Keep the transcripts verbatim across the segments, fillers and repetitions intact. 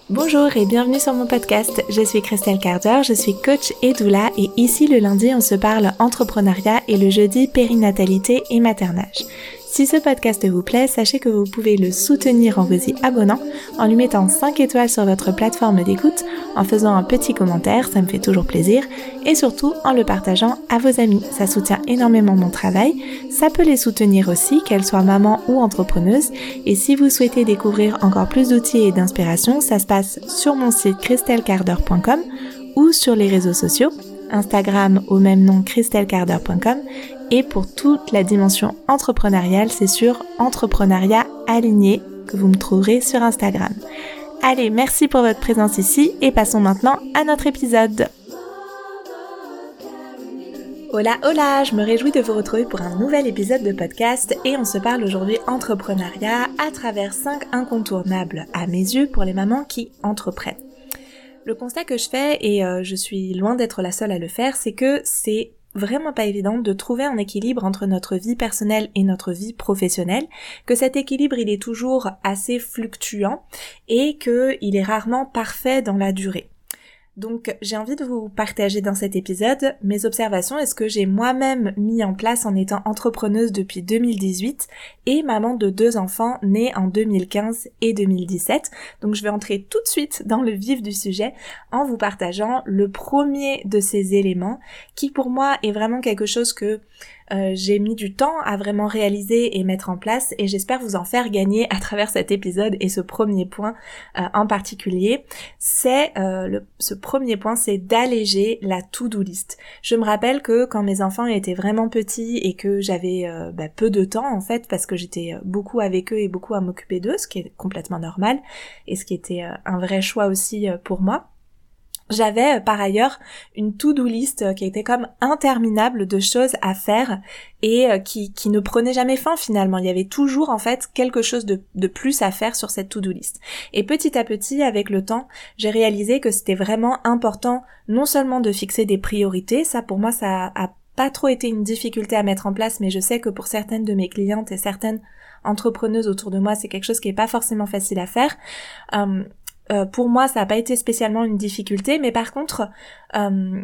Bonjour et bienvenue sur mon podcast, je suis Christelle Carder, je suis coach et doula et ici le lundi on se parle entrepreneuriat et le jeudi périnatalité et maternage. Si ce podcast vous plaît, sachez que vous pouvez le soutenir en vous y abonnant, en lui mettant cinq étoiles sur votre plateforme d'écoute, en faisant un petit commentaire, ça me fait toujours plaisir, et surtout en le partageant à vos amis. Ça soutient énormément mon travail, ça peut les soutenir aussi, qu'elles soient mamans ou entrepreneuses, et si vous souhaitez découvrir encore plus d'outils et d'inspiration, ça se passe sur mon site christelle carder point com ou sur les réseaux sociaux, Instagram au même nom christelle carder point com. Et pour toute la dimension entrepreneuriale, c'est sur Entrepreneuriat Aligné que vous me trouverez sur Instagram. Allez, merci pour votre présence ici et passons maintenant à notre épisode. Hola, hola, je me réjouis de vous retrouver pour un nouvel épisode de podcast et on se parle aujourd'hui entrepreneuriat à travers cinq incontournables à mes yeux pour les mamans qui entreprennent. Le constat que je fais, et euh, je suis loin d'être la seule à le faire, c'est que c'est vraiment pas évident de trouver un équilibre entre notre vie personnelle et notre vie professionnelle, que cet équilibre il est toujours assez fluctuant et que il est rarement parfait dans la durée. Donc j'ai envie de vous partager dans cet épisode mes observations et ce que j'ai moi-même mis en place en étant entrepreneuse depuis deux mille dix-huit et maman de deux enfants nés en deux mille quinze et deux mille dix-sept. Donc je vais entrer tout de suite dans le vif du sujet en vous partageant le premier de ces éléments qui pour moi est vraiment quelque chose que Euh, j'ai mis du temps à vraiment réaliser et mettre en place et j'espère vous en faire gagner à travers cet épisode et ce premier point euh, en particulier. C'est euh, le, ce premier point, c'est d'alléger la to-do list. Je me rappelle que quand mes enfants étaient vraiment petits et que j'avais euh, bah, peu de temps en fait parce que j'étais beaucoup avec eux et beaucoup à m'occuper d'eux, ce qui est complètement normal et ce qui était euh, un vrai choix aussi euh, pour moi. J'avais par ailleurs une to-do list qui était comme interminable de choses à faire et qui, qui ne prenait jamais fin finalement. Il y avait toujours en fait quelque chose de, de plus à faire sur cette to-do list. Et petit à petit, avec le temps, j'ai réalisé que c'était vraiment important non seulement de fixer des priorités, ça pour moi ça a pas trop été une difficulté à mettre en place, mais je sais que pour certaines de mes clientes et certaines entrepreneuses autour de moi, c'est quelque chose qui est pas forcément facile à faire. Euh, Euh, pour moi, ça n'a pas été spécialement une difficulté, mais par contre, euh,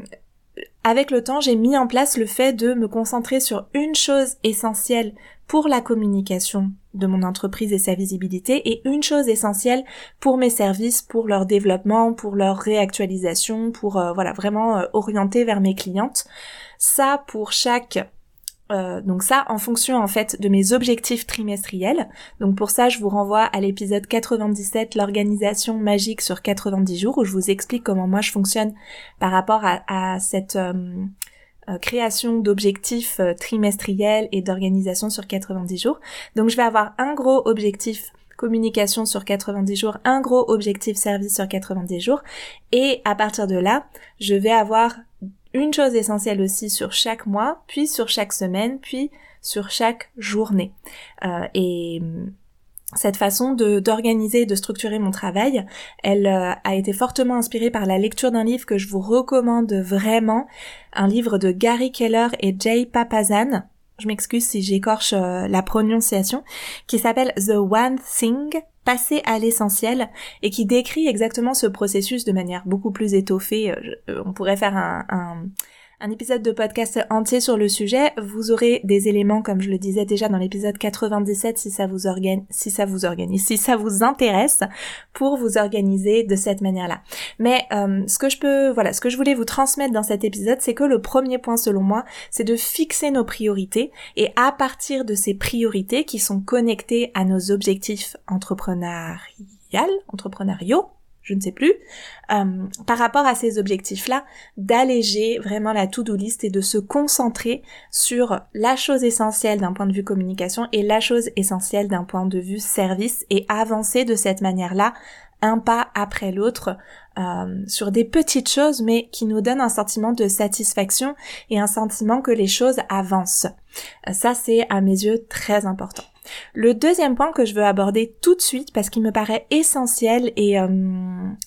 avec le temps, j'ai mis en place le fait de me concentrer sur une chose essentielle pour la communication de mon entreprise et sa visibilité, et une chose essentielle pour mes services, pour leur développement, pour leur réactualisation, pour euh, voilà vraiment euh, orienter vers mes clientes. Ça, pour chaque Euh, donc ça en fonction en fait de mes objectifs trimestriels. Donc pour ça je vous renvoie à l'épisode quatre-vingt-dix-sept, l'organisation magique sur quatre-vingt-dix jours, où je vous explique comment moi je fonctionne par rapport à, à cette euh, euh, création d'objectifs euh, trimestriels et d'organisation sur quatre-vingt-dix jours. Donc je vais avoir un gros objectif communication sur quatre-vingt-dix jours, un gros objectif service sur quatre-vingt-dix jours, et à partir de là je vais avoir une chose essentielle aussi sur chaque mois, puis sur chaque semaine, puis sur chaque journée. Euh, et cette façon de, d'organiser et de structurer mon travail, elle euh, a été fortement inspirée par la lecture d'un livre que je vous recommande vraiment, un livre de Gary Keller et Jay Papasan, je m'excuse si j'écorche euh, la prononciation, qui s'appelle The One Thing, passer à l'essentiel, et qui décrit exactement ce processus de manière beaucoup plus étoffée. Euh, on pourrait faire un, un, un épisode de podcast entier sur le sujet. Vous aurez des éléments, comme je le disais déjà dans l'épisode quatre-vingt-dix-sept, si ça vous organise, si ça vous organise, si ça vous intéresse, pour vous organiser de cette manière-là. Mais euh, ce que je peux, voilà, ce que je voulais vous transmettre dans cet épisode, c'est que le premier point, selon moi, c'est de fixer nos priorités, et à partir de ces priorités qui sont connectées à nos objectifs entrepreneuriales, entrepreneuriaux, je ne sais plus, euh, par rapport à ces objectifs-là, d'alléger vraiment la to-do list et de se concentrer sur la chose essentielle d'un point de vue communication et la chose essentielle d'un point de vue service, et avancer de cette manière-là, un pas après l'autre, euh, sur des petites choses, mais qui nous donnent un sentiment de satisfaction et un sentiment que les choses avancent. Euh, ça, c'est à mes yeux très important. Le deuxième point que je veux aborder tout de suite, parce qu'il me paraît essentiel et, euh,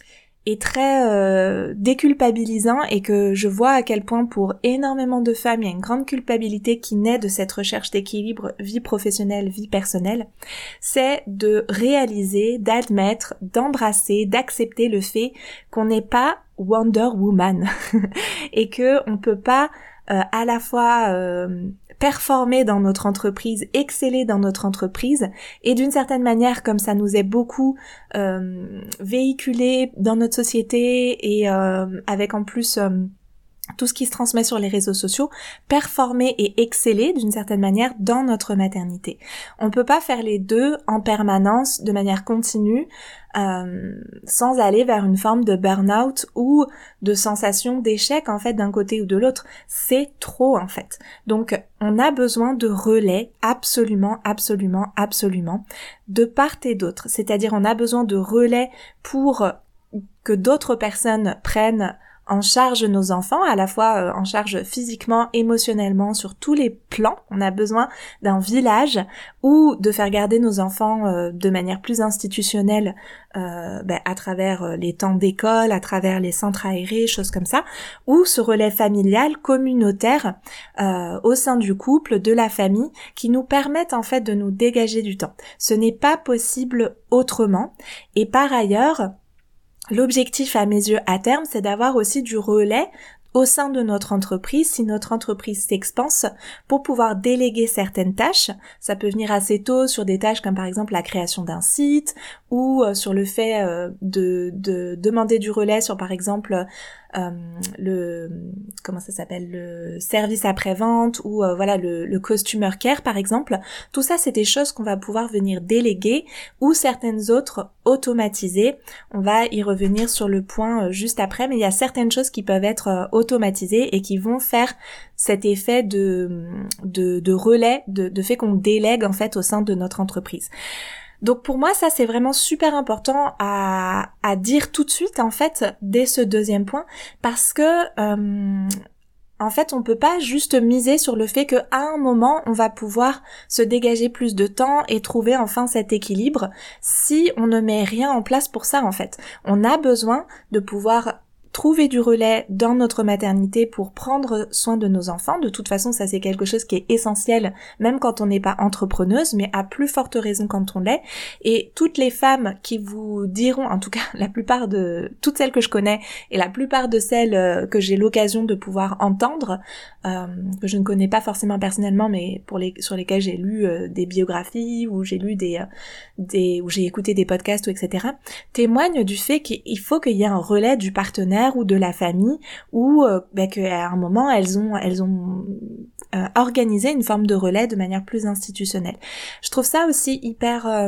est très euh, déculpabilisant et que je vois à quel point pour énormément de femmes il y a une grande culpabilité qui naît de cette recherche d'équilibre vie professionnelle, vie personnelle, c'est de réaliser, d'admettre, d'embrasser, d'accepter le fait qu'on n'est pas Wonder Woman et que on peut pas euh, à la fois euh, performer dans notre entreprise, exceller dans notre entreprise, et d'une certaine manière, comme ça nous est beaucoup euh, véhiculé dans notre société et euh, avec en plus euh, tout ce qui se transmet sur les réseaux sociaux, performer et exceller d'une certaine manière dans notre maternité. On peut pas faire les deux en permanence, de manière continue, euh, sans aller vers une forme de burn-out ou de sensation d'échec en fait d'un côté ou de l'autre. C'est trop en fait. Donc on a besoin de relais absolument, absolument, absolument, de part et d'autre. C'est-à-dire on a besoin de relais pour que d'autres personnes prennent en charge nos enfants, à la fois euh, en charge physiquement, émotionnellement, sur tous les plans. On a besoin d'un village ou de faire garder nos enfants euh, de manière plus institutionnelle euh, ben, à travers euh, les temps d'école, à travers les centres aérés, choses comme ça, ou ce relais familial, communautaire, euh, au sein du couple, de la famille, qui nous permettent en fait de nous dégager du temps. Ce n'est pas possible autrement. Et par ailleurs, l'objectif à mes yeux à terme, c'est d'avoir aussi du relais au sein de notre entreprise, si notre entreprise s'expanse, pour pouvoir déléguer certaines tâches. Ça peut venir assez tôt sur des tâches comme par exemple la création d'un site ou euh, sur le fait euh, de, de demander du relais sur par exemple euh, le comment ça s'appelle le service après-vente ou euh, voilà le, le customer care par exemple. Tout ça, c'est des choses qu'on va pouvoir venir déléguer ou certaines autres automatiser. On va y revenir sur le point euh, juste après, mais il y a certaines choses qui peuvent être euh, automatisées et qui vont faire cet effet de de, de relais, de, de fait qu'on délègue en fait au sein de notre entreprise. Donc pour moi, ça c'est vraiment super important à, à dire tout de suite en fait dès ce deuxième point, parce que euh, en fait on peut pas juste miser sur le fait qu'à un moment on va pouvoir se dégager plus de temps et trouver enfin cet équilibre si on ne met rien en place pour ça en fait. On a besoin de pouvoir trouver du relais dans notre maternité pour prendre soin de nos enfants. De toute façon, ça c'est quelque chose qui est essentiel, même quand on n'est pas entrepreneuse, mais à plus forte raison quand on l'est. Et toutes les femmes qui vous diront, en tout cas la plupart de toutes celles que je connais et la plupart de celles que j'ai l'occasion de pouvoir entendre, euh, que je ne connais pas forcément personnellement, mais pour les sur lesquelles j'ai lu euh, des biographies ou j'ai lu des euh, des ou j'ai écouté des podcasts ou et cetera, témoignent du fait qu'il faut qu'il y ait un relais du partenaire ou de la famille, ou euh, bah, qu'à un moment elles ont elles ont euh, organisé une forme de relais de manière plus institutionnelle. Je trouve ça aussi hyper euh,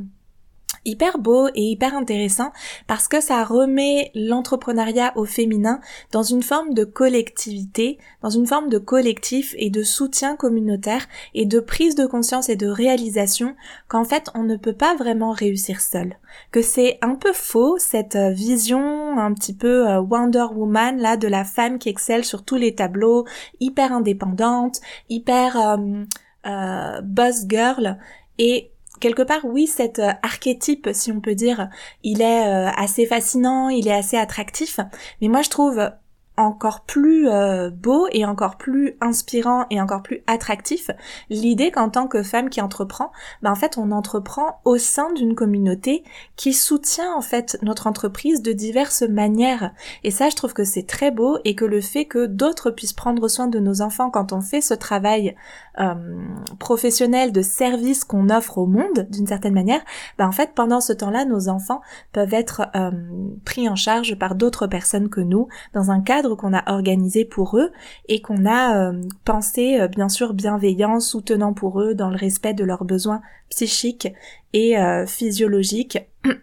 hyper beau et hyper intéressant parce que ça remet l'entrepreneuriat au féminin dans une forme de collectivité, dans une forme de collectif et de soutien communautaire et de prise de conscience et de réalisation qu'en fait on ne peut pas vraiment réussir seul. Que c'est un peu faux cette vision un petit peu Wonder Woman là de la femme qui excelle sur tous les tableaux, hyper indépendante, hyper euh, euh, boss girl. Et quelque part, oui, cet euh, archétype, si on peut dire, il est euh, assez fascinant, il est assez attractif, mais moi je trouve encore plus euh, beau et encore plus inspirant et encore plus attractif l'idée qu'en tant que femme qui entreprend, ben en fait on entreprend au sein d'une communauté qui soutient en fait notre entreprise de diverses manières. Et ça, je trouve que c'est très beau et que le fait que d'autres puissent prendre soin de nos enfants quand on fait ce travail euh, professionnel de service qu'on offre au monde d'une certaine manière, ben en fait pendant ce temps-là nos enfants peuvent être euh, pris en charge par d'autres personnes que nous dans un cadre qu'on a organisé pour eux et qu'on a euh, pensé euh, bien sûr bienveillant, soutenant pour eux dans le respect de leurs besoins psychiques et euh, physiologiques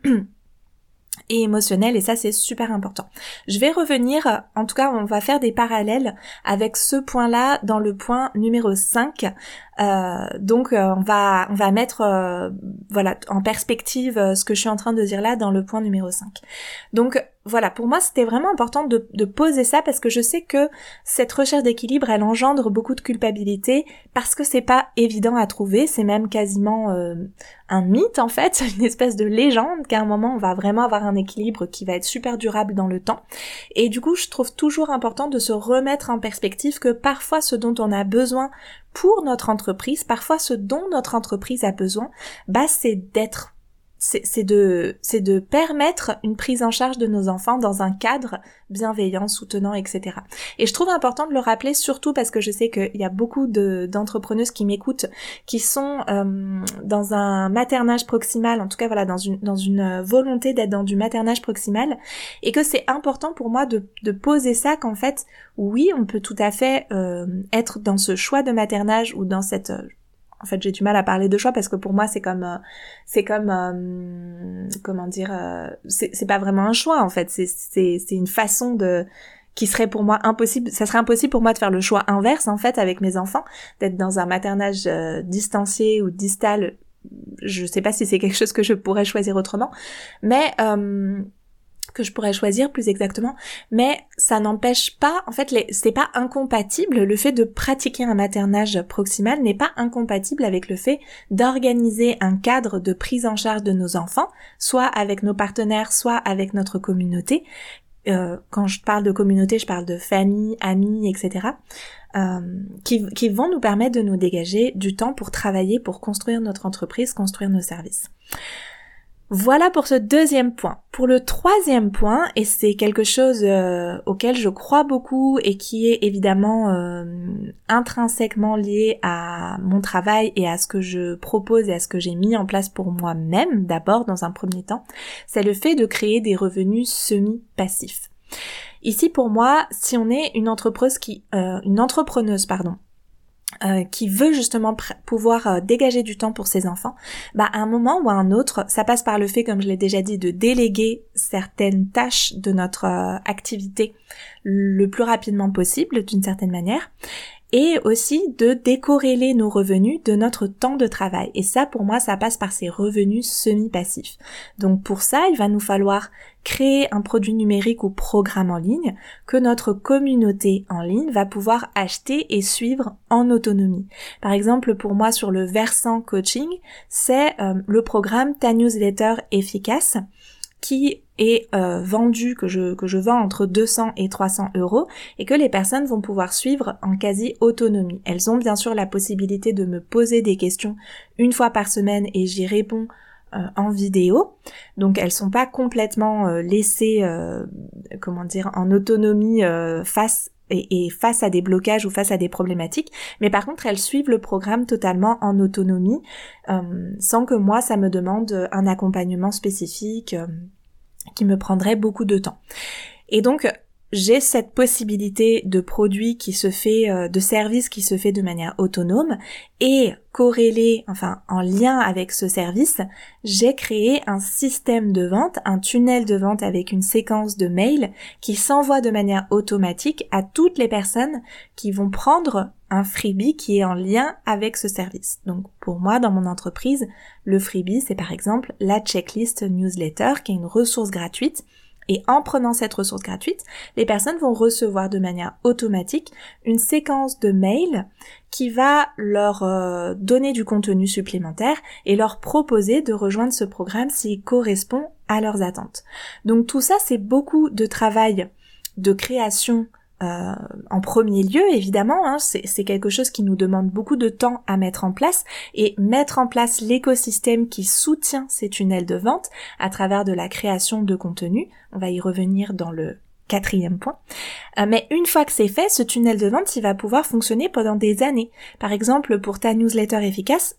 et émotionnels, et ça c'est super important. Je vais revenir, en tout cas on va faire des parallèles avec ce point-là dans le point numéro cinq, Euh, donc euh, on va on va mettre euh, voilà en perspective euh, ce que je suis en train de dire là dans le point numéro cinq. Donc voilà, pour moi c'était vraiment important de, de poser ça parce que je sais que cette recherche d'équilibre elle engendre beaucoup de culpabilité parce que c'est pas évident à trouver, c'est même quasiment euh, un mythe en fait, une espèce de légende qu'à un moment on va vraiment avoir un équilibre qui va être super durable dans le temps. Et du coup je trouve toujours important de se remettre en perspective que parfois ce dont on a besoin pour notre entreprise, parfois ce dont notre entreprise a besoin, bah c'est d'être C'est, c'est de c'est de permettre une prise en charge de nos enfants dans un cadre bienveillant, soutenant, et cetera. Et je trouve important de le rappeler, surtout parce que je sais qu'il y a beaucoup de d'entrepreneuses qui m'écoutent, qui sont euh, dans un maternage proximal, en tout cas voilà, dans une dans une volonté d'être dans du maternage proximal, et que c'est important pour moi de de poser ça qu'en fait, oui, on peut tout à fait euh, être dans ce choix de maternage ou dans cette euh, En fait, j'ai du mal à parler de choix parce que pour moi, c'est comme, euh, c'est comme, euh, comment dire, euh, c'est, c'est pas vraiment un choix en fait. C'est, c'est, c'est une façon de, qui serait pour moi impossible. Ça serait impossible pour moi de faire le choix inverse en fait avec mes enfants, d'être dans un maternage euh, distancié ou distal. Je sais pas si c'est quelque chose que je pourrais choisir autrement, mais euh, que je pourrais choisir plus exactement, mais ça n'empêche pas, en fait, les, c'est pas incompatible, le fait de pratiquer un maternage proximal n'est pas incompatible avec le fait d'organiser un cadre de prise en charge de nos enfants, soit avec nos partenaires, soit avec notre communauté. Euh, quand je parle de communauté, je parle de famille, amis, et cetera, euh, qui, qui vont nous permettre de nous dégager du temps pour travailler, pour construire notre entreprise, construire nos services. Voilà pour ce deuxième point. Pour le troisième point, et c'est quelque chose euh, auquel je crois beaucoup et qui est évidemment euh, intrinsèquement lié à mon travail et à ce que je propose et à ce que j'ai mis en place pour moi-même d'abord dans un premier temps, c'est le fait de créer des revenus semi-passifs. Ici pour moi, si on est une entrepreneuse qui, euh, une entrepreneuse pardon, Euh, qui veut justement pr- pouvoir euh, dégager du temps pour ses enfants, bah à un moment ou à un autre, ça passe par le fait, comme je l'ai déjà dit, de déléguer certaines tâches de notre euh, activité le plus rapidement possible, d'une certaine manière, et aussi de décorréler nos revenus de notre temps de travail. Et ça, pour moi, ça passe par ces revenus semi-passifs. Donc pour ça, il va nous falloir créer un produit numérique ou programme en ligne que notre communauté en ligne va pouvoir acheter et suivre en autonomie. Par exemple, pour moi, sur le versant coaching, c'est euh, le programme Ta Newsletter Efficace qui est euh, vendu, que je que je vends entre deux cents et trois cents euros et que les personnes vont pouvoir suivre en quasi autonomie. Elles ont bien sûr la possibilité de me poser des questions une fois par semaine et j'y réponds euh, en vidéo. Donc elles sont pas complètement euh, laissées, euh, comment dire, en autonomie euh, face Et, et face à des blocages ou face à des problématiques, mais par contre elles suivent le programme totalement en autonomie, euh, sans que moi ça me demande un accompagnement spécifique euh, qui me prendrait beaucoup de temps. Et donc j'ai cette possibilité de produit qui se fait, euh, de service qui se fait de manière autonome et corrélé, enfin en lien avec ce service, j'ai créé un système de vente, un tunnel de vente avec une séquence de mails qui s'envoie de manière automatique à toutes les personnes qui vont prendre un freebie qui est en lien avec ce service. Donc pour moi, dans mon entreprise, le freebie, c'est par exemple la checklist newsletter qui est une ressource gratuite. Et en prenant cette ressource gratuite, les personnes vont recevoir de manière automatique une séquence de mails qui va leur euh, donner du contenu supplémentaire et leur proposer de rejoindre ce programme s'il correspond à leurs attentes. Donc tout ça, c'est beaucoup de travail de création Euh, en premier lieu, évidemment, hein, c'est, c'est quelque chose qui nous demande beaucoup de temps à mettre en place et mettre en place l'écosystème qui soutient ces tunnels de vente à travers de la création de contenu. On va y revenir dans le quatrième point. Euh, mais une fois que c'est fait, ce tunnel de vente, il va pouvoir fonctionner pendant des années. Par exemple, pour Ta Newsletter Efficace,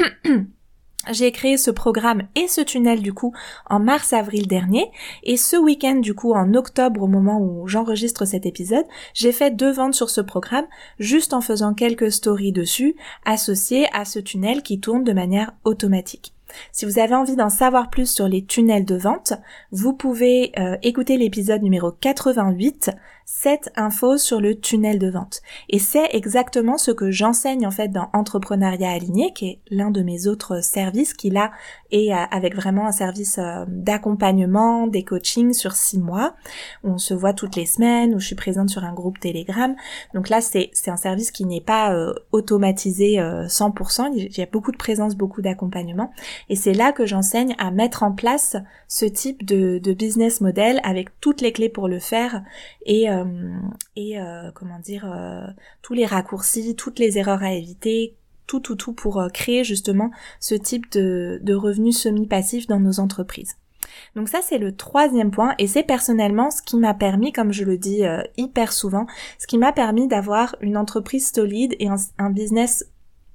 j'ai créé ce programme et ce tunnel du coup en mars-avril dernier et ce week-end du coup en octobre au moment où j'enregistre cet épisode, j'ai fait deux ventes sur ce programme juste en faisant quelques stories dessus associées à ce tunnel qui tourne de manière automatique. Si vous avez envie d'en savoir plus sur les tunnels de vente, vous pouvez euh, écouter l'épisode numéro quatre-vingt-huit cette info sur le tunnel de vente. Et c'est exactement ce que j'enseigne en fait dans Entrepreneuriat Aligné, qui est l'un de mes autres services, qui là est avec vraiment un service d'accompagnement, des coachings sur six mois, où on se voit toutes les semaines, où je suis présente sur un groupe Telegram. Donc là, c'est c'est un service qui n'est pas euh, automatisé euh, cent pour cent, il y a beaucoup de présence, beaucoup d'accompagnement, et c'est là que j'enseigne à mettre en place ce type de, de business model avec toutes les clés pour le faire, et, euh, et euh, comment dire, euh, tous les raccourcis, toutes les erreurs à éviter, tout, tout, tout pour euh, créer justement ce type de, de revenus semi-passifs dans nos entreprises. Donc ça, c'est le troisième point, et c'est personnellement ce qui m'a permis, comme je le dis euh, hyper souvent, ce qui m'a permis d'avoir une entreprise solide et un, un business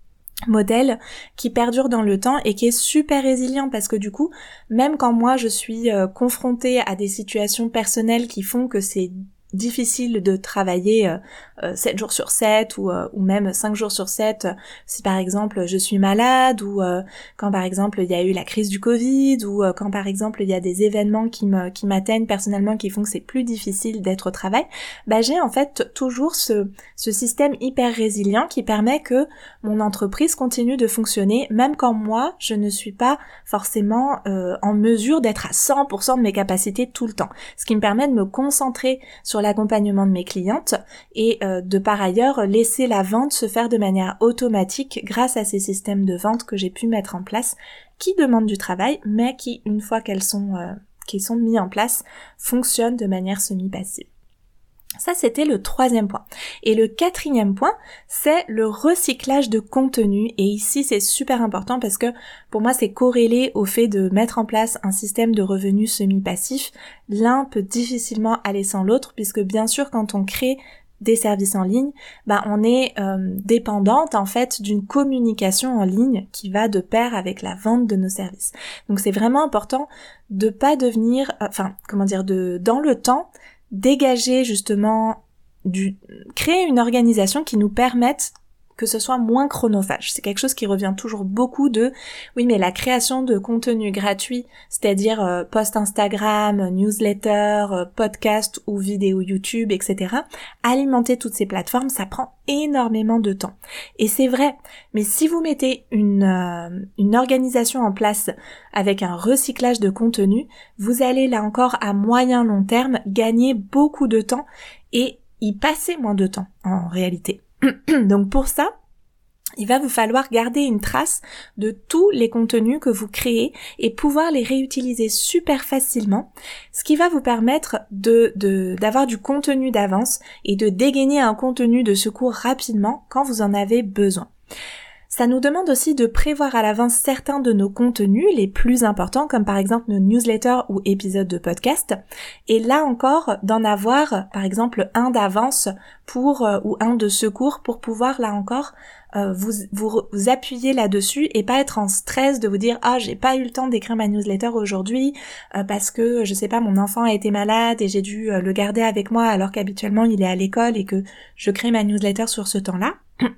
modèle qui perdure dans le temps et qui est super résilient, parce que du coup, même quand moi je suis euh, confrontée à des situations personnelles qui font que c'est difficile de travailler euh, euh, sept jours sur sept ou, euh, ou même cinq jours sur sept, euh, si par exemple je suis malade, ou euh, quand par exemple il y a eu la crise du Covid, ou euh, quand par exemple il y a des événements qui me qui m'atteignent personnellement qui font que c'est plus difficile d'être au travail, bah j'ai en fait toujours ce ce système hyper résilient qui permet que mon entreprise continue de fonctionner même quand moi je ne suis pas forcément euh, en mesure d'être à cent pour cent de mes capacités tout le temps, ce qui me permet de me concentrer sur l'accompagnement de mes clientes et euh, de par ailleurs laisser la vente se faire de manière automatique grâce à ces systèmes de vente que j'ai pu mettre en place, qui demandent du travail mais qui, une fois qu'elles sont euh, qu'ils sont mis en place, fonctionnent de manière semi-passive. Ça, c'était le troisième point. Et le quatrième point, c'est le recyclage de contenu. Et ici, c'est super important parce que pour moi, c'est corrélé au fait de mettre en place un système de revenus semi-passifs. L'un peut difficilement aller sans l'autre, puisque bien sûr, quand on crée des services en ligne, bah on est euh, dépendante en fait d'une communication en ligne qui va de pair avec la vente de nos services. Donc c'est vraiment important de pas devenir, enfin comment dire, de dans le temps dégager justement du créer une organisation qui nous permette que ce soit moins chronophage. C'est quelque chose qui revient toujours beaucoup de oui mais la création de contenu gratuit, c'est-à-dire euh, post Instagram, newsletter, euh, podcast ou vidéo YouTube, et cetera. Alimenter toutes ces plateformes, ça prend énormément de temps. Et c'est vrai, mais si vous mettez une, euh, une organisation en place avec un recyclage de contenu, vous allez là encore à moyen long terme gagner beaucoup de temps et y passer moins de temps en réalité. Donc pour ça, il va vous falloir garder une trace de tous les contenus que vous créez et pouvoir les réutiliser super facilement, ce qui va vous permettre de, de, d'avoir du contenu d'avance et de dégainer un contenu de secours rapidement quand vous en avez besoin. Ça nous demande aussi de prévoir à l'avance certains de nos contenus les plus importants, comme par exemple nos newsletters ou épisodes de podcast, et là encore d'en avoir par exemple un d'avance pour euh, ou un de secours pour pouvoir là encore euh, vous, vous vous appuyer là-dessus et pas être en stress de vous dire ah j'ai pas eu le temps d'écrire ma newsletter aujourd'hui euh, parce que je sais pas mon enfant a été malade et j'ai dû euh, le garder avec moi alors qu'habituellement il est à l'école et que je crée ma newsletter sur ce temps-là.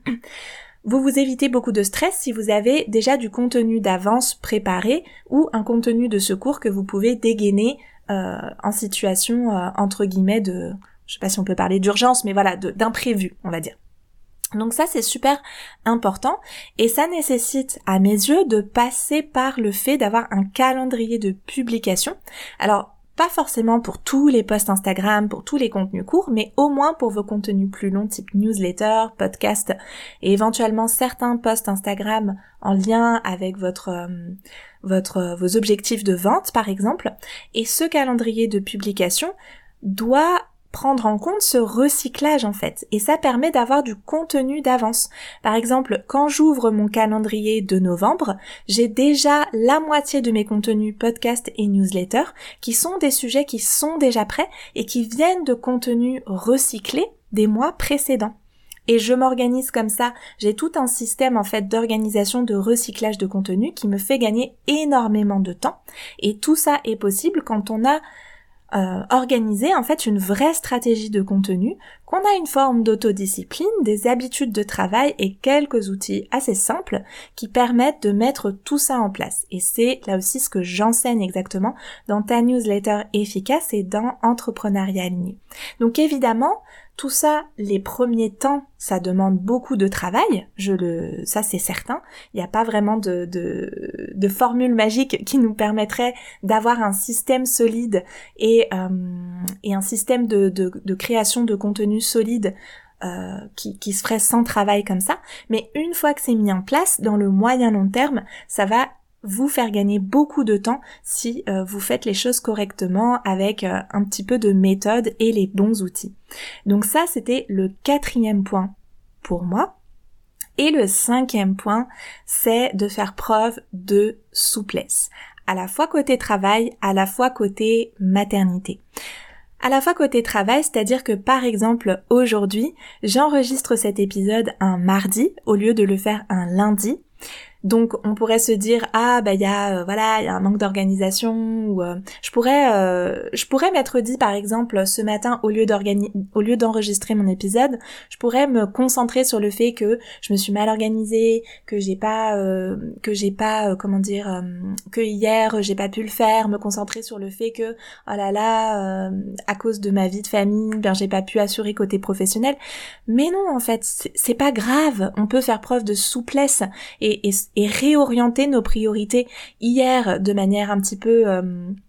Vous vous évitez beaucoup de stress si vous avez déjà du contenu d'avance préparé ou un contenu de secours que vous pouvez dégainer euh, en situation euh, entre guillemets de, je sais pas si on peut parler d'urgence, mais voilà, de, d'imprévu, on va dire. Donc ça c'est super important et ça nécessite à mes yeux de passer par le fait d'avoir un calendrier de publication. Alors pas forcément pour tous les posts Instagram, pour tous les contenus courts, mais au moins pour vos contenus plus longs type newsletter, podcast et éventuellement certains posts Instagram en lien avec votre euh, votre vos objectifs de vente par exemple. Et ce calendrier de publication doit prendre en compte ce recyclage en fait, et ça permet d'avoir du contenu d'avance. Par exemple, quand j'ouvre mon calendrier de novembre, j'ai déjà la moitié de mes contenus podcast et newsletter qui sont des sujets qui sont déjà prêts et qui viennent de contenus recyclés des mois précédents. Et je m'organise comme ça, j'ai tout un système en fait d'organisation de recyclage de contenu qui me fait gagner énormément de temps, et tout ça est possible quand on a Euh, organiser en fait une vraie stratégie de contenu qu'on a une forme d'autodiscipline, des habitudes de travail et quelques outils assez simples qui permettent de mettre tout ça en place. Et c'est là aussi ce que j'enseigne exactement dans ta newsletter efficace et dans Entrepreneuriat Aligné. Donc évidemment, tout ça, les premiers temps, ça demande beaucoup de travail, je le, ça c'est certain. Il n'y a pas vraiment de, de, de formule magique qui nous permettrait d'avoir un système solide et, euh, et un système de, de, de création de contenu solide euh, qui, qui se ferait sans travail comme ça. Mais une fois que c'est mis en place, dans le moyen long terme, ça va vous faire gagner beaucoup de temps si euh, vous faites les choses correctement avec euh, un petit peu de méthode et les bons outils. Donc ça, c'était le quatrième point pour moi. Et le cinquième point, c'est de faire preuve de souplesse. À la fois côté travail, à la fois côté maternité. À la fois côté travail, c'est-à-dire que par exemple aujourd'hui, j'enregistre cet épisode un mardi au lieu de le faire un lundi. Donc on pourrait se dire ah bah il y a euh, voilà il y a un manque d'organisation ou euh, je pourrais euh, je pourrais m'être dit par exemple ce matin au lieu d'organi- au lieu d'enregistrer mon épisode, je pourrais me concentrer sur le fait que je me suis mal organisée, que j'ai pas euh, que j'ai pas euh, comment dire euh, que hier j'ai pas pu le faire, me concentrer sur le fait que oh là là euh, à cause de ma vie de famille, ben j'ai pas pu assurer côté professionnel. Mais non en fait, c'est, c'est pas grave, on peut faire preuve de souplesse et, et et réorienter nos priorités. Hier, de manière un petit peu euh,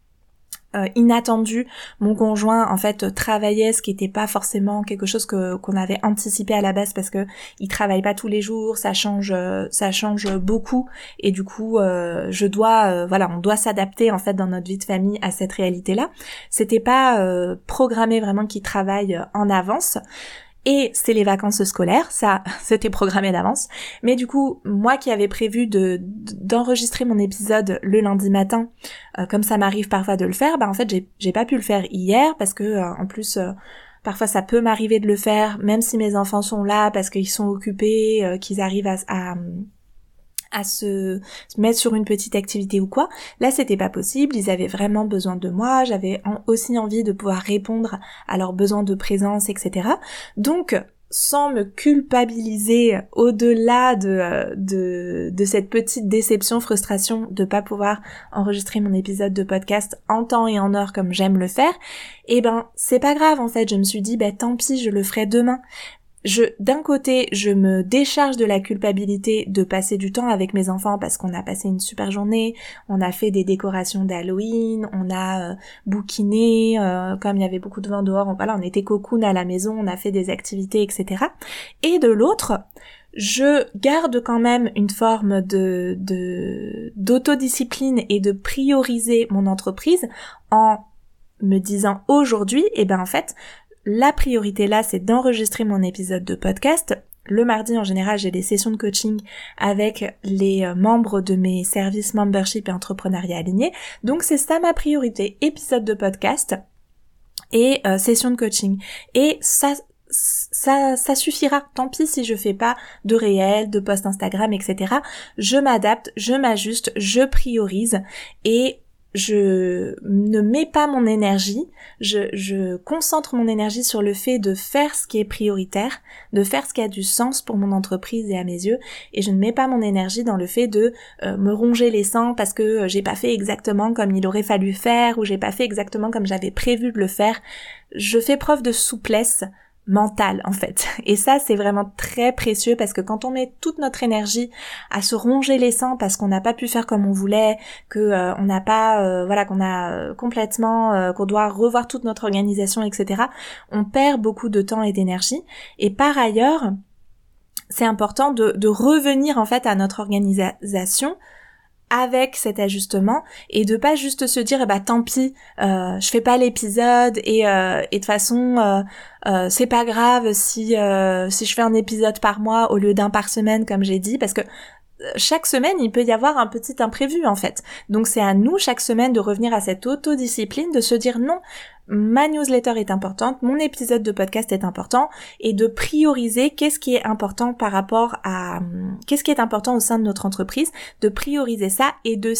euh, inattendue, mon conjoint en fait travaillait, ce qui n'était pas forcément quelque chose que qu'on avait anticipé à la base parce que il travaille pas tous les jours, ça change, euh, ça change beaucoup et du coup, euh, je dois, euh, voilà, on doit s'adapter en fait dans notre vie de famille à cette réalité-là. C'était pas euh, programmé vraiment qu'il travaille en avance. Et c'est les vacances scolaires, ça c'était programmé d'avance. Mais du coup, moi qui avais prévu de d'enregistrer mon épisode le lundi matin, euh, comme ça m'arrive parfois de le faire, bah en fait j'ai j'ai pas pu le faire hier parce que euh, en plus euh, parfois ça peut m'arriver de le faire même si mes enfants sont là parce qu'ils sont occupés, euh, qu'ils arrivent à, à à se mettre sur une petite activité ou quoi. Là, c'était pas possible, ils avaient vraiment besoin de moi, j'avais aussi envie de pouvoir répondre à leurs besoins de présence, et cetera. Donc, sans me culpabiliser au-delà de, de, de cette petite déception, frustration de pas pouvoir enregistrer mon épisode de podcast en temps et en heure comme j'aime le faire, eh ben, c'est pas grave en fait, je me suis dit, bah tant pis, je le ferai demain. Je, d'un côté, je me décharge de la culpabilité de passer du temps avec mes enfants parce qu'on a passé une super journée, on a fait des décorations d'Halloween, on a euh, bouquiné, euh, comme il y avait beaucoup de vent dehors, on, voilà, on était cocoon à la maison, on a fait des activités, et cetera. Et de l'autre, je garde quand même une forme de, de d'autodiscipline et de prioriser mon entreprise en me disant aujourd'hui, eh ben en fait, la priorité là, c'est d'enregistrer mon épisode de podcast. Le mardi, en général, j'ai des sessions de coaching avec les membres de mes services membership et entrepreneuriat aligné. Donc, c'est ça ma priorité. Épisode de podcast et euh, session de coaching. Et ça, ça, ça suffira. Tant pis si je fais pas de réel, de post Instagram, et cetera. Je m'adapte, je m'ajuste, je priorise et je ne mets pas mon énergie, je, je concentre mon énergie sur le fait de faire ce qui est prioritaire, de faire ce qui a du sens pour mon entreprise et à mes yeux, et je ne mets pas mon énergie dans le fait de euh, me ronger les sangs parce que euh, j'ai pas fait exactement comme il aurait fallu faire ou j'ai pas fait exactement comme j'avais prévu de le faire. Je fais preuve de souplesse mentale en fait. Et ça c'est vraiment très précieux parce que quand on met toute notre énergie à se ronger les sangs parce qu'on n'a pas pu faire comme on voulait, que euh, on n'a pas euh, voilà qu'on a euh, complètement euh, qu'on doit revoir toute notre organisation, et cetera. On perd beaucoup de temps et d'énergie. Et par ailleurs, c'est important de, de revenir en fait à notre organisation avec cet ajustement et de pas juste se dire eh bah tant pis, euh, je fais pas l'épisode et euh, et de toute façon euh, euh, c'est pas grave si euh, si je fais un épisode par mois au lieu d'un par semaine comme j'ai dit, parce que chaque semaine, il peut y avoir un petit imprévu en fait. Donc c'est à nous chaque semaine de revenir à cette autodiscipline, de se dire non, ma newsletter est importante, mon épisode de podcast est important, et de prioriser qu'est-ce qui est important par rapport à qu'est-ce qui est important au sein de notre entreprise, de prioriser ça et de s'y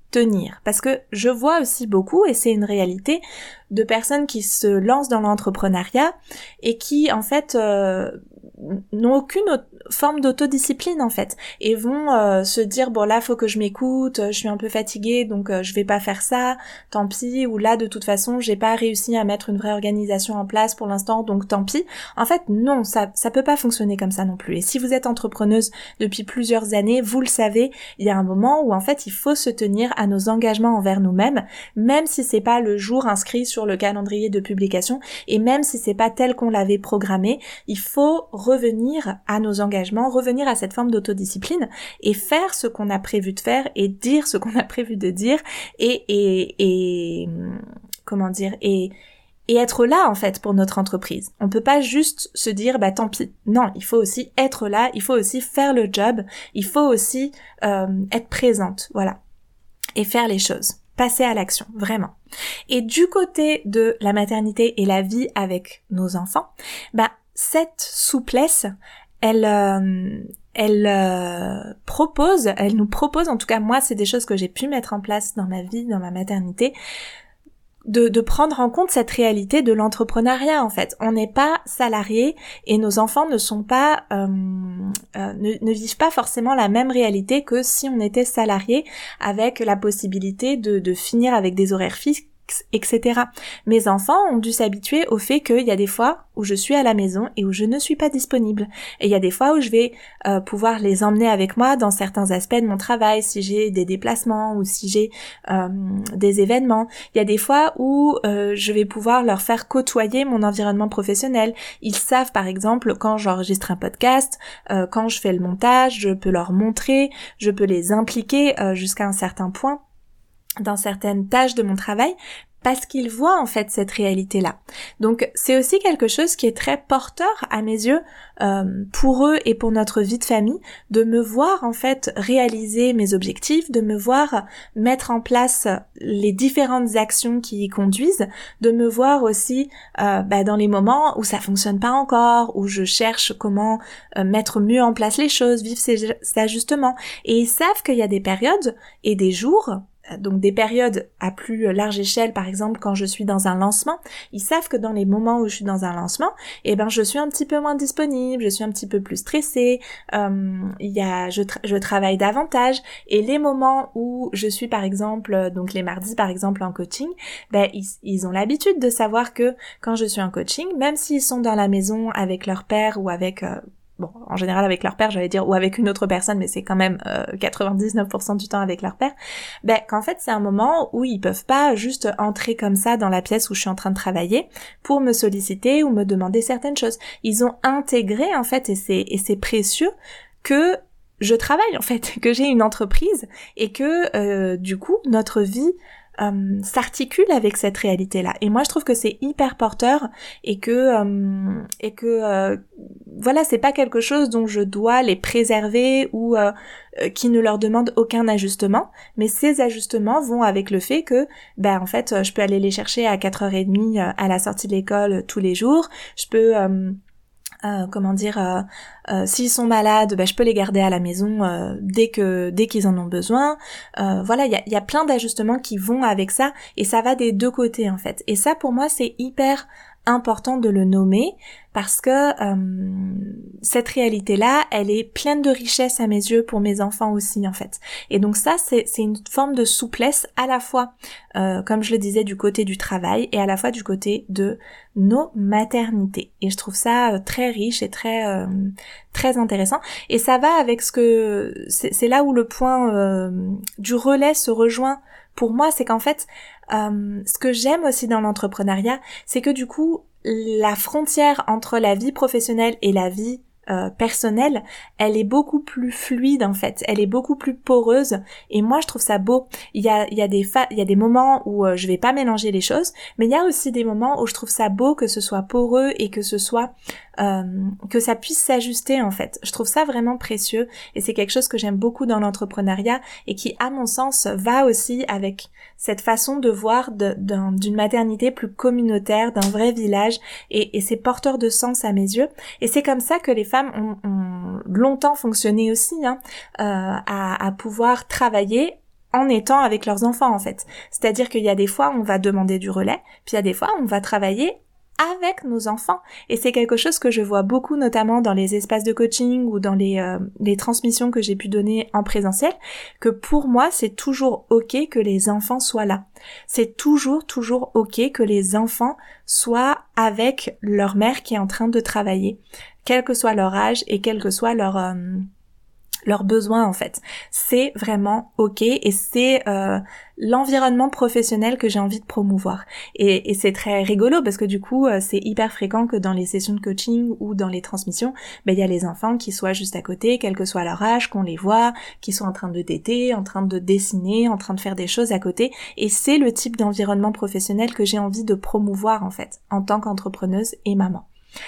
tenir. Parce que je vois aussi beaucoup, et c'est une réalité, de personnes qui se lancent dans l'entrepreneuriat et qui, en fait, euh, n'ont aucune forme d'autodiscipline, en fait, et vont euh, se dire, bon là, faut que je m'écoute, je suis un peu fatiguée, donc euh, je vais pas faire ça, tant pis, ou là, de toute façon, j'ai pas réussi à mettre une vraie organisation en place pour l'instant, donc tant pis. En fait, non, ça, ça peut pas fonctionner comme ça non plus. Et si vous êtes entrepreneuse depuis plusieurs années, vous le savez, il y a un moment où, en fait, il faut se tenir à nos engagements envers nous-mêmes, même si c'est pas le jour inscrit sur le calendrier de publication, et même si c'est pas tel qu'on l'avait programmé, il faut revenir à nos engagements, revenir à cette forme d'autodiscipline et faire ce qu'on a prévu de faire et dire ce qu'on a prévu de dire et et et comment dire et et être là en fait pour notre entreprise. On peut pas juste se dire bah tant pis. Non, il faut aussi être là, il faut aussi faire le job, il faut aussi euh, être présente, voilà, et faire les choses. Passer à l'action, vraiment. Et du côté de la maternité et la vie avec nos enfants, bah cette souplesse, elle euh, elle euh, propose, elle nous propose, en tout cas moi c'est des choses que j'ai pu mettre en place dans ma vie, dans ma maternité, de, de prendre en compte cette réalité de l'entrepreneuriat en fait. On n'est pas salarié et nos enfants ne sont pas, euh, euh, ne, ne vivent pas forcément la même réalité que si on était salarié avec la possibilité de, de finir avec des horaires fixes, et cetera. Mes enfants ont dû s'habituer au fait qu'il y a des fois où je suis à la maison et où je ne suis pas disponible. Et il y a des fois où je vais euh, pouvoir les emmener avec moi dans certains aspects de mon travail, si j'ai des déplacements ou si j'ai euh, des événements. Il y a des fois où euh, je vais pouvoir leur faire côtoyer mon environnement professionnel. Ils savent par exemple quand j'enregistre un podcast, euh, quand je fais le montage, je peux leur montrer, je peux les impliquer euh, jusqu'à un certain point dans certaines tâches de mon travail, parce qu'ils voient en fait cette réalité-là. Donc c'est aussi quelque chose qui est très porteur à mes yeux euh, pour eux et pour notre vie de famille, de me voir en fait réaliser mes objectifs, de me voir mettre en place les différentes actions qui y conduisent, de me voir aussi euh, bah, dans les moments où ça fonctionne pas encore, où je cherche comment euh, mettre mieux en place les choses, vivre ces, ces ajustements. Et ils savent qu'il y a des périodes et des jours, donc des périodes à plus large échelle, par exemple quand je suis dans un lancement, ils savent que dans les moments où je suis dans un lancement, eh ben je suis un petit peu moins disponible, je suis un petit peu plus stressée, euh, il y a, je, tra- je travaille davantage, et les moments où je suis par exemple, donc les mardis par exemple en coaching, ben ils, ils ont l'habitude de savoir que quand je suis en coaching, même s'ils sont dans la maison avec leur père ou avec euh, bon, en général avec leur père, j'allais dire, ou avec une autre personne, mais c'est quand même euh, quatre-vingt-dix-neuf pour cent du temps avec leur père, ben qu'en fait c'est un moment où ils peuvent pas juste entrer comme ça dans la pièce où je suis en train de travailler pour me solliciter ou me demander certaines choses. Ils ont intégré en fait, et c'est et c'est précieux, que je travaille en fait, que j'ai une entreprise et que euh, du coup notre vie Euh, s'articule avec cette réalité-là. Et moi, je trouve que c'est hyper porteur et que euh, et que euh, voilà, c'est pas quelque chose dont je dois les préserver ou euh, euh, qui ne leur demande aucun ajustement. Mais ces ajustements vont avec le fait que, ben en fait, je peux aller les chercher à quatre heures trente à la sortie de l'école tous les jours. Je peux euh, Euh, comment dire, euh, euh, s'ils sont malades, ben, je peux les garder à la maison euh, dès que dès qu'ils en ont besoin. Euh, voilà, il y a, y a plein d'ajustements qui vont avec ça, et ça va des deux côtés en fait. Et ça, pour moi, c'est hyper important de le nommer, parce que euh, cette réalité-là, elle est pleine de richesse à mes yeux pour mes enfants aussi en fait. Et donc ça, c'est, c'est une forme de souplesse à la fois, euh, comme je le disais, du côté du travail et à la fois du côté de nos maternités. Et je trouve ça euh, très riche et très euh, très intéressant. Et ça va avec ce que c'est, c'est là où le point euh, du relais se rejoint. Pour moi, c'est qu'en fait, euh, ce que j'aime aussi dans l'entrepreneuriat, c'est que du coup, la frontière entre la vie professionnelle et la vie euh, personnelle, elle est beaucoup plus fluide en fait, elle est beaucoup plus poreuse, et moi je trouve ça beau. Il y a, il y a des fa- il y a des moments où euh, je vais pas mélanger les choses, mais il y a aussi des moments où je trouve ça beau que ce soit poreux et que ce soit euh, que ça puisse s'ajuster en fait. Je trouve ça vraiment précieux, et c'est quelque chose que j'aime beaucoup dans l'entrepreneuriat et qui, à mon sens, va aussi avec cette façon de voir de, d'un, d'une maternité plus communautaire, d'un vrai village, et, et c'est porteur de sens à mes yeux. Et c'est comme ça que les femmes ont, ont longtemps fonctionné aussi, hein, euh, à, à pouvoir travailler en étant avec leurs enfants en fait. C'est-à-dire qu'il y a des fois on va demander du relais, puis il y a des fois on va travailler avec nos enfants. Et c'est quelque chose que je vois beaucoup, notamment dans les espaces de coaching ou dans les, euh, les transmissions que j'ai pu donner en présentiel, que pour moi, c'est toujours ok que les enfants soient là. C'est toujours, toujours ok que les enfants soient avec leur mère qui est en train de travailler, quel que soit leur âge et quel que soit leur... Euh, leurs besoins en fait. C'est vraiment ok et c'est euh, l'environnement professionnel que j'ai envie de promouvoir. Et, et c'est très rigolo parce que du coup euh, c'est hyper fréquent que dans les sessions de coaching ou dans les transmissions, ben il y a les enfants qui soient juste à côté, quel que soit leur âge, qu'on les voit, qui sont en train de téter, en train de dessiner, en train de faire des choses à côté. Et c'est le type d'environnement professionnel que j'ai envie de promouvoir en fait, en tant qu'entrepreneuse et maman.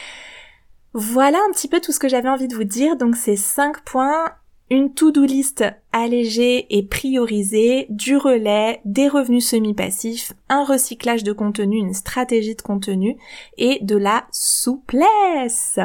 Voilà un petit peu tout ce que j'avais envie de vous dire. Donc c'est cinq points. Une to-do list allégée et priorisée, du relais, des revenus semi-passifs, un recyclage de contenu, une stratégie de contenu et de la souplesse.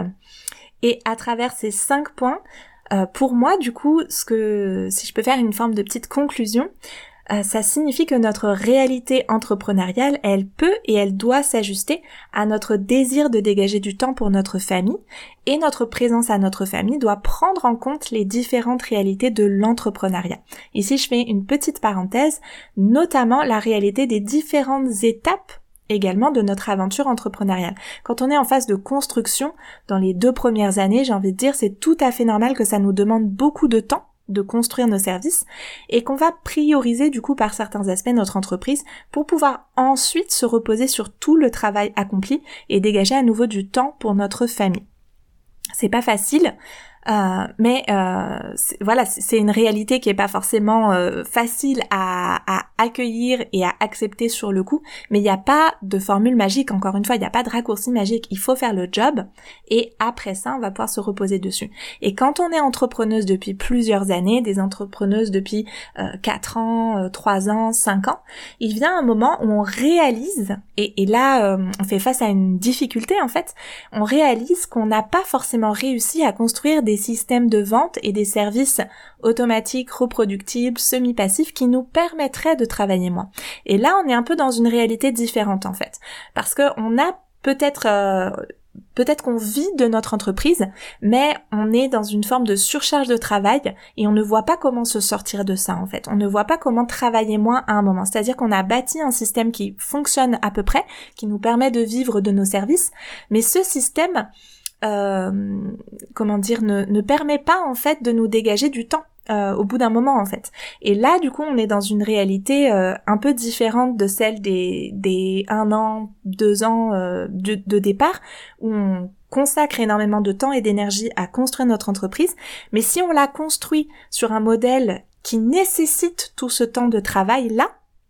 Et à travers ces cinq points, euh, pour moi, du coup, ce que, si je peux faire une forme de petite conclusion, Euh, ça signifie que notre réalité entrepreneuriale, elle peut et elle doit s'ajuster à notre désir de dégager du temps pour notre famille, et notre présence à notre famille doit prendre en compte les différentes réalités de l'entrepreneuriat. Ici, je fais une petite parenthèse, notamment la réalité des différentes étapes également de notre aventure entrepreneuriale. Quand on est en phase de construction, dans les deux premières années, j'ai envie de dire, c'est tout à fait normal que ça nous demande beaucoup de temps de construire nos services et qu'on va prioriser du coup par certains aspects notre entreprise pour pouvoir ensuite se reposer sur tout le travail accompli et dégager à nouveau du temps pour notre famille. C'est pas facile, euh, mais euh, c'est, voilà, c'est une réalité qui est pas forcément euh, facile à, à accueillir et à accepter sur le coup, mais il n'y a pas de formule magique, encore une fois, il n'y a pas de raccourci magique, il faut faire le job et après ça, on va pouvoir se reposer dessus. Et quand on est entrepreneuse depuis plusieurs années, des entrepreneuses depuis euh, quatre ans, euh, trois ans, cinq ans, il vient un moment où on réalise, et, et là, euh, on fait face à une difficulté en fait, on réalise qu'on n'a pas forcément réussi à construire des systèmes de vente et des services automatiques, reproductibles, semi-passifs qui nous permettraient de travailler moins. Et là, on est un peu dans une réalité différente en fait, parce que on a peut-être euh, peut-être qu'on vit de notre entreprise, mais on est dans une forme de surcharge de travail et on ne voit pas comment se sortir de ça en fait. On ne voit pas comment travailler moins à un moment. C'est-à-dire qu'on a bâti un système qui fonctionne à peu près, qui nous permet de vivre de nos services, mais ce système Euh, comment dire, ne, ne permet pas en fait de nous dégager du temps euh, au bout d'un moment en fait. Et là du coup on est dans une réalité euh, un peu différente de celle des, des un an, deux ans euh, de, de départ où on consacre énormément de temps et d'énergie à construire notre entreprise, mais si on la construit sur un modèle qui nécessite tout ce temps de travail là,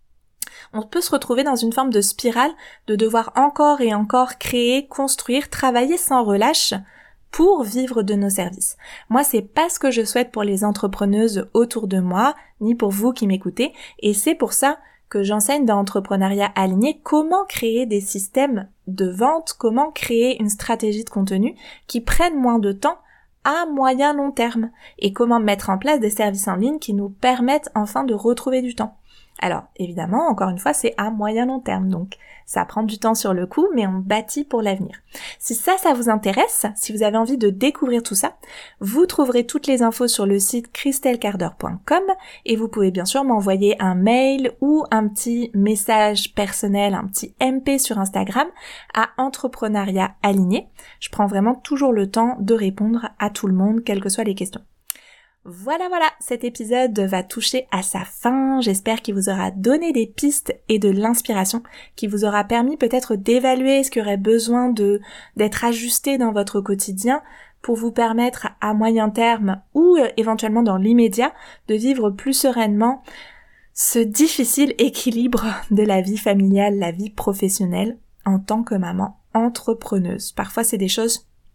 on peut se retrouver dans une forme de spirale de devoir encore et encore créer, construire, travailler sans relâche pour vivre de nos services. Moi, c'est pas ce que je souhaite pour les entrepreneuses autour de moi, ni pour vous qui m'écoutez, et c'est pour ça que j'enseigne dans Entrepreneuriat Aligné comment créer des systèmes de vente, comment créer une stratégie de contenu qui prennent moins de temps à moyen long terme, et comment mettre en place des services en ligne qui nous permettent enfin de retrouver du temps. Alors, évidemment, encore une fois, c'est à moyen long terme, donc ça prend du temps sur le coup, mais on bâtit pour l'avenir. Si ça, ça vous intéresse, si vous avez envie de découvrir tout ça, vous trouverez toutes les infos sur le site christelle carder point com et vous pouvez bien sûr m'envoyer un mail ou un petit message personnel, un petit M P sur Instagram à Entrepreneuriat Aligné. Je prends vraiment toujours le temps de répondre à tout le monde, quelles que soient les questions. Voilà, voilà, cet épisode va toucher à sa fin. J'espère qu'il vous aura donné des pistes et de l'inspiration, qui vous aura permis peut-être d'évaluer ce qui aurait besoin de d'être ajusté dans votre quotidien pour vous permettre à moyen terme ou euh, éventuellement dans l'immédiat de vivre plus sereinement ce difficile équilibre de la vie familiale, la vie professionnelle en tant que maman entrepreneuse. Parfois, c'est des choses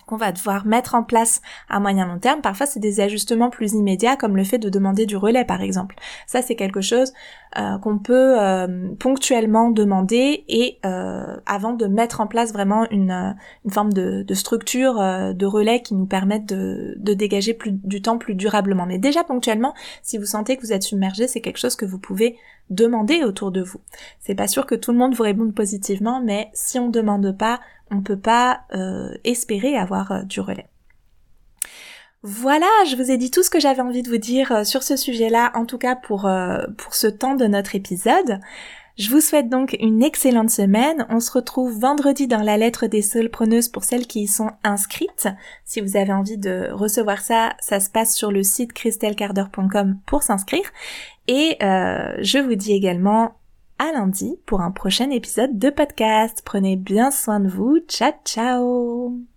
qu'on va devoir mettre en place à moyen long terme. Parfois, c'est des ajustements plus immédiats, comme le fait de demander du relais, par exemple. Ça, c'est quelque chose euh, qu'on peut euh, ponctuellement demander et euh, avant de mettre en place vraiment une, une forme de, de structure euh, de relais qui nous permette de, de dégager plus, du temps plus durablement. Mais déjà, ponctuellement, si vous sentez que vous êtes submergé, c'est quelque chose que vous pouvez demander autour de vous. C'est pas sûr que tout le monde vous réponde positivement, mais si on demande pas, on peut pas euh, espérer avoir euh, du relais. Voilà, je vous ai dit tout ce que j'avais envie de vous dire euh, sur ce sujet-là, en tout cas pour euh, pour ce temps de notre épisode. Je vous souhaite donc une excellente semaine. On se retrouve vendredi dans la lettre des solopreneuses pour celles qui y sont inscrites. Si vous avez envie de recevoir ça, ça se passe sur le site christelle carder point com pour s'inscrire. Et euh, je vous dis également à lundi pour un prochain épisode de podcast. Prenez bien soin de vous. Ciao, ciao!